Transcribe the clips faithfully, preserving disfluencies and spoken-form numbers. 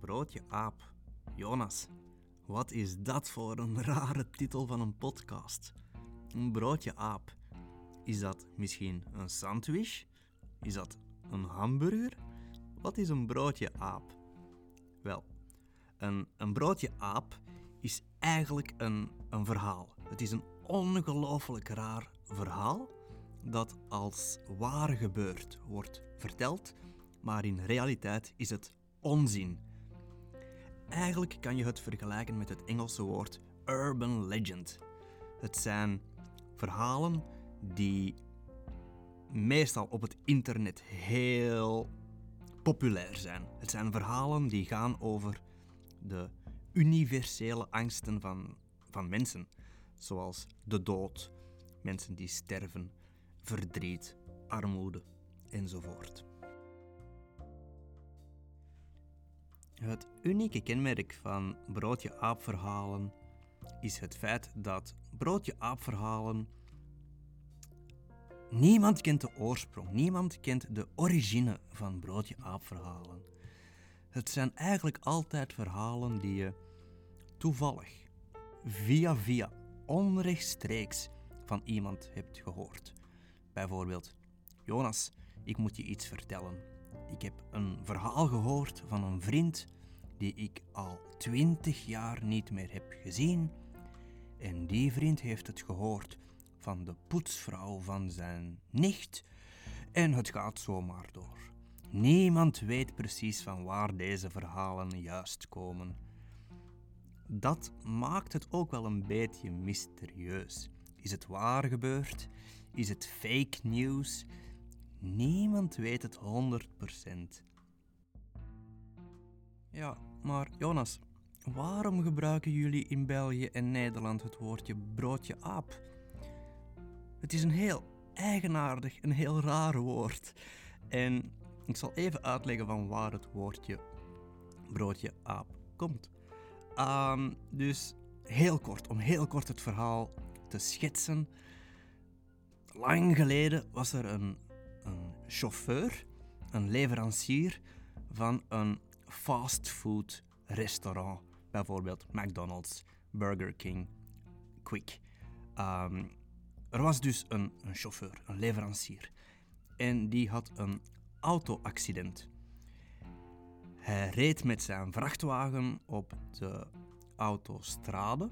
broodje aap. Jonas, wat is dat voor een rare titel van een podcast? Een broodje aap. Is dat misschien een sandwich? Is dat een hamburger? Wat is een broodje aap? Wel, een, een broodje aap is eigenlijk een, een verhaal. Het is een ongelooflijk raar verhaal dat als waar gebeurd wordt verteld, maar in realiteit is het onzin. Eigenlijk kan je het vergelijken met het Engelse woord urban legend. Het zijn verhalen die meestal op het internet heel populair zijn. Het zijn verhalen die gaan over de universele angsten van, van mensen, zoals de dood, mensen die sterven, verdriet, armoede enzovoort. Het unieke kenmerk van broodje aap-verhalen is het feit dat broodje aap-verhalen niemand kent de oorsprong, niemand kent de origine van broodje aap-verhalen. Het zijn eigenlijk altijd verhalen die je toevallig, via via, onrechtstreeks van iemand hebt gehoord. Bijvoorbeeld, Jonas, ik moet je iets vertellen. Ik heb een verhaal gehoord van een vriend die ik al twintig jaar niet meer heb gezien. En die vriend heeft het gehoord van de poetsvrouw van zijn nicht. En het gaat zomaar door. Niemand weet precies van waar deze verhalen juist komen. Dat maakt het ook wel een beetje mysterieus. Is het waar gebeurd? Is het fake news? Niemand weet het honderd procent. Ja, maar Jonas, waarom gebruiken jullie in België en Nederland het woordje broodje aap? Het is een heel eigenaardig en heel raar woord. En ik zal even uitleggen van waar het woordje broodje aap komt. Um, dus heel kort, om heel kort het verhaal te schetsen. Lang geleden was er een, een chauffeur, een leverancier van een fastfood restaurant. Bijvoorbeeld McDonald's, Burger King, Quick. Um, er was dus een, een chauffeur, een leverancier. En die had een auto-accident. Hij reed met zijn vrachtwagen op de autostrade.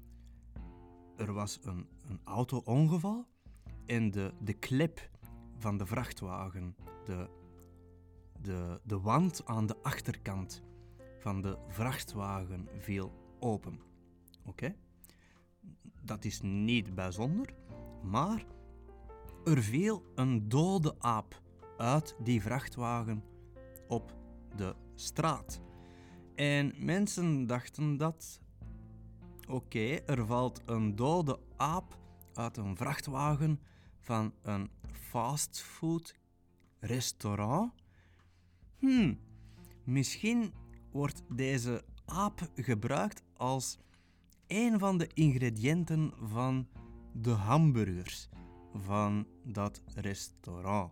Er was een, een auto-ongeval en de, de klep van de vrachtwagen, de, de, de wand aan de achterkant van de vrachtwagen viel open. Oké? Okay? Dat is niet bijzonder, maar er viel een dode aap uit die vrachtwagen op de straat. En mensen dachten dat, oké, okay, er valt een dode aap uit een vrachtwagen van een fastfood restaurant. Hmm, misschien wordt deze aap gebruikt als een van de ingrediënten van de hamburgers van dat restaurant.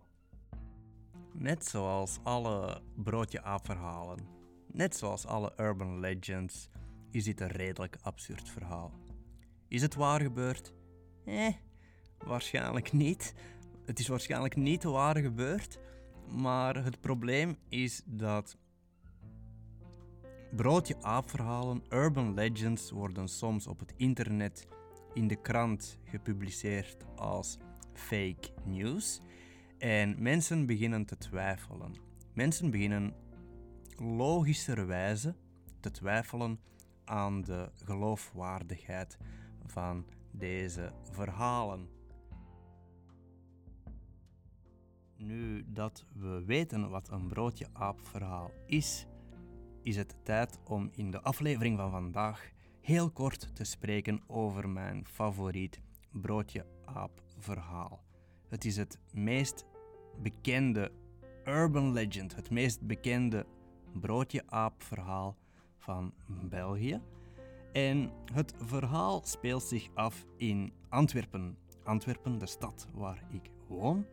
Net zoals alle broodje aap-verhalen, net zoals alle urban legends, is dit een redelijk absurd verhaal. Is het waar gebeurd? Eh, waarschijnlijk niet. Het is waarschijnlijk niet waar gebeurd, maar het probleem is dat broodje aap-verhalen, urban legends, worden soms op het internet in de krant gepubliceerd als fake news. En mensen beginnen te twijfelen. Mensen beginnen logischerwijze te twijfelen aan de geloofwaardigheid van deze verhalen. Nu dat we weten wat een broodje aap verhaal is, is het tijd om in de aflevering van vandaag heel kort te spreken over mijn favoriet broodje aap verhaal. Het is het meest bekende urban legend, het meest bekende broodje aap verhaal van België. En het verhaal speelt zich af in Antwerpen. Antwerpen, de stad waar ik woon.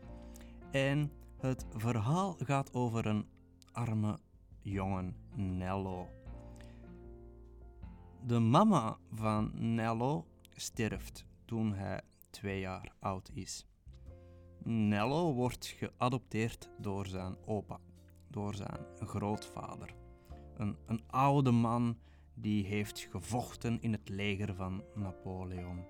En het verhaal gaat over een arme jongen, Nello. De mama van Nello sterft toen hij twee jaar oud is. Nello wordt geadopteerd door zijn opa, door zijn grootvader. Een, een oude man die heeft gevochten in het leger van Napoleon.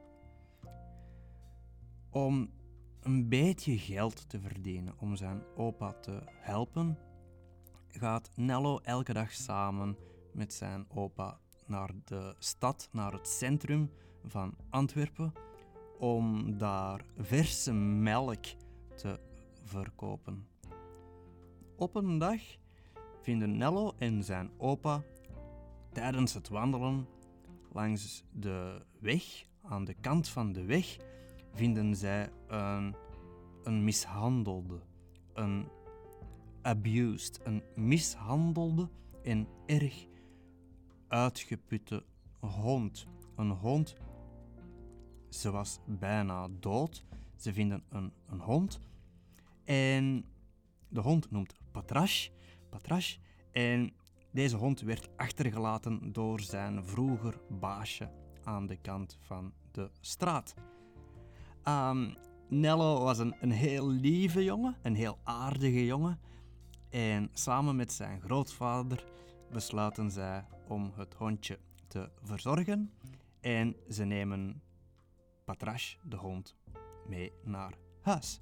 Om een beetje geld te verdienen, om zijn opa te helpen, gaat Nello elke dag samen met zijn opa naar de stad, naar het centrum van Antwerpen, om daar verse melk te verkopen. Op een dag vinden Nello en zijn opa tijdens het wandelen langs de weg, aan de kant van de weg, vinden zij een, een mishandelde, een abused, een mishandelde en erg uitgeputte hond. Een hond, ze was bijna dood. Ze vinden een, een hond en de hond noemt Patrash. Patrash. En deze hond werd achtergelaten door zijn vroeger baasje aan de kant van de straat. Um, Nello was een, een heel lieve jongen, een heel aardige jongen. En samen met zijn grootvader besluiten zij om het hondje te verzorgen. En ze nemen Patrash, de hond, mee naar huis.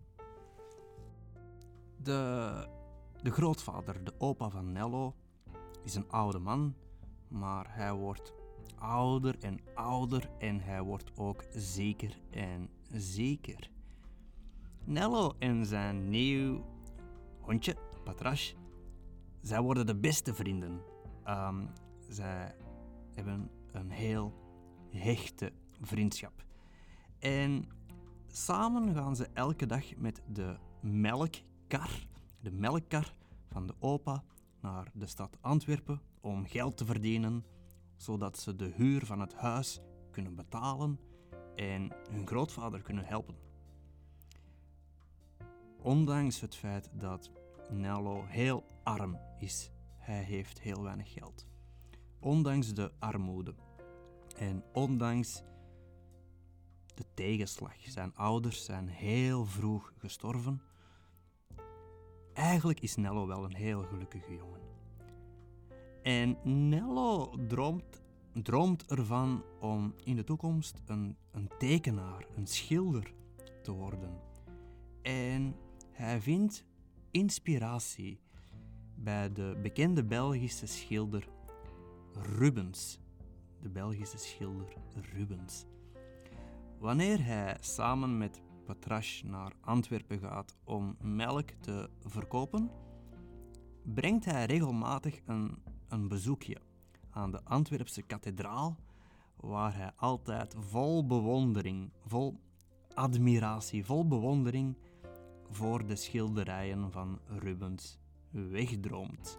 De, de grootvader, de opa van Nello, is een oude man, maar hij wordt ouder en ouder en hij wordt ook zeker en zeker. Nello en zijn nieuw hondje, Patrash, zij worden de beste vrienden. Um, zij hebben een heel hechte vriendschap. En samen gaan ze elke dag met de melkkar, de melkkar van de opa, naar de stad Antwerpen om geld te verdienen, zodat ze de huur van het huis kunnen betalen en hun grootvader kunnen helpen. Ondanks het feit dat Nello heel arm is, hij heeft heel weinig geld. Ondanks de armoede en ondanks de tegenslag, zijn ouders zijn heel vroeg gestorven. Eigenlijk is Nello wel een heel gelukkige jongen. En Nello droomt, droomt ervan om in de toekomst een, een tekenaar, een schilder te worden. En hij vindt inspiratie bij de bekende Belgische schilder Rubens. De Belgische schilder Rubens. Wanneer hij samen met Patrash naar Antwerpen gaat om melk te verkopen, brengt hij regelmatig een, een bezoekje aan de Antwerpse kathedraal, waar hij altijd vol bewondering, vol admiratie, vol bewondering voor de schilderijen van Rubens wegdroomt.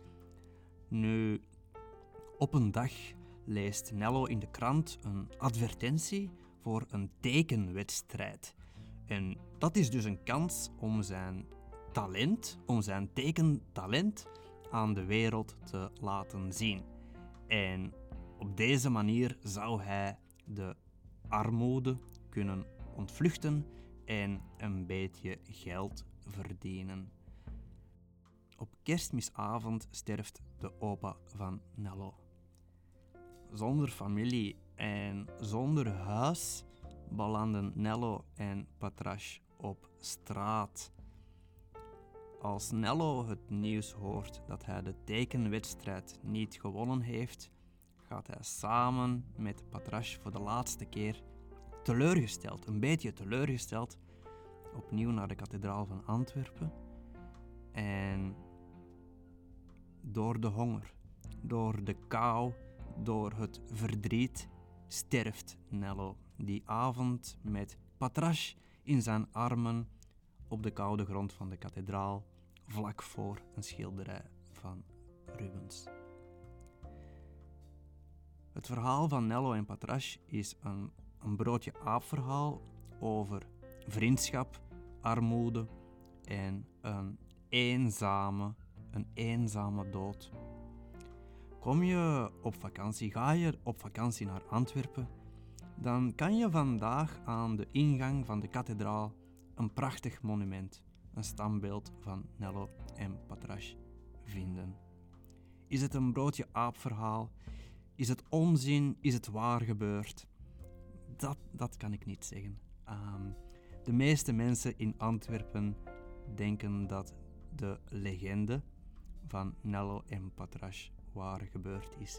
Nu, op een dag leest Nello in de krant een advertentie voor een tekenwedstrijd. En dat is dus een kans om zijn talent, om zijn tekentalent aan de wereld te laten zien. En op deze manier zou hij de armoede kunnen ontvluchten en een beetje geld verdienen. Op Kerstmisavond sterft de opa van Nello. Zonder familie en zonder huis belanden Nello en Patrash op straat. Als Nello het nieuws hoort dat hij de tekenwedstrijd niet gewonnen heeft, gaat hij samen met Patrash voor de laatste keer teleurgesteld, een beetje teleurgesteld, opnieuw naar de kathedraal van Antwerpen. En door de honger, door de kou, door het verdriet sterft Nello die avond met Patrash in zijn armen op de koude grond van de kathedraal, vlak voor een schilderij van Rubens. Het verhaal van Nello en Patrash is een, een broodje aap-verhaal over vriendschap, armoede en een eenzame, een eenzame dood. kom je op vakantie, ga je op vakantie naar Antwerpen, dan kan je vandaag aan de ingang van de kathedraal een prachtig monument, een standbeeld van Nello en Patrasch, vinden. Is het een broodje aap verhaal? Is het onzin? Is het waar gebeurd? Dat, dat kan ik niet zeggen. Um, de meeste mensen in Antwerpen denken dat de legende van Nello en Patrasch waar gebeurd is.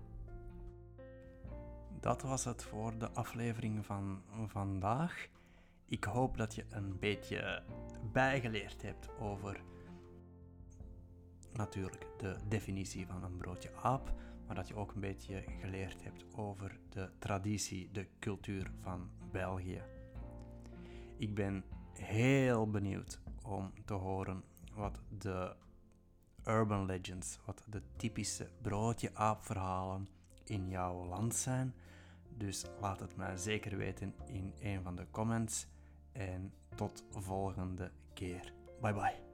Dat was het voor de aflevering van vandaag. Ik hoop dat je een beetje bijgeleerd hebt over natuurlijk de definitie van een broodje aap, maar dat je ook een beetje geleerd hebt over de traditie, de cultuur van België. Ik ben heel benieuwd om te horen wat de urban legends, wat de typische broodje aap verhalen in jouw land zijn. Dus laat het mij zeker weten in een van de comments en tot volgende keer. Bye bye.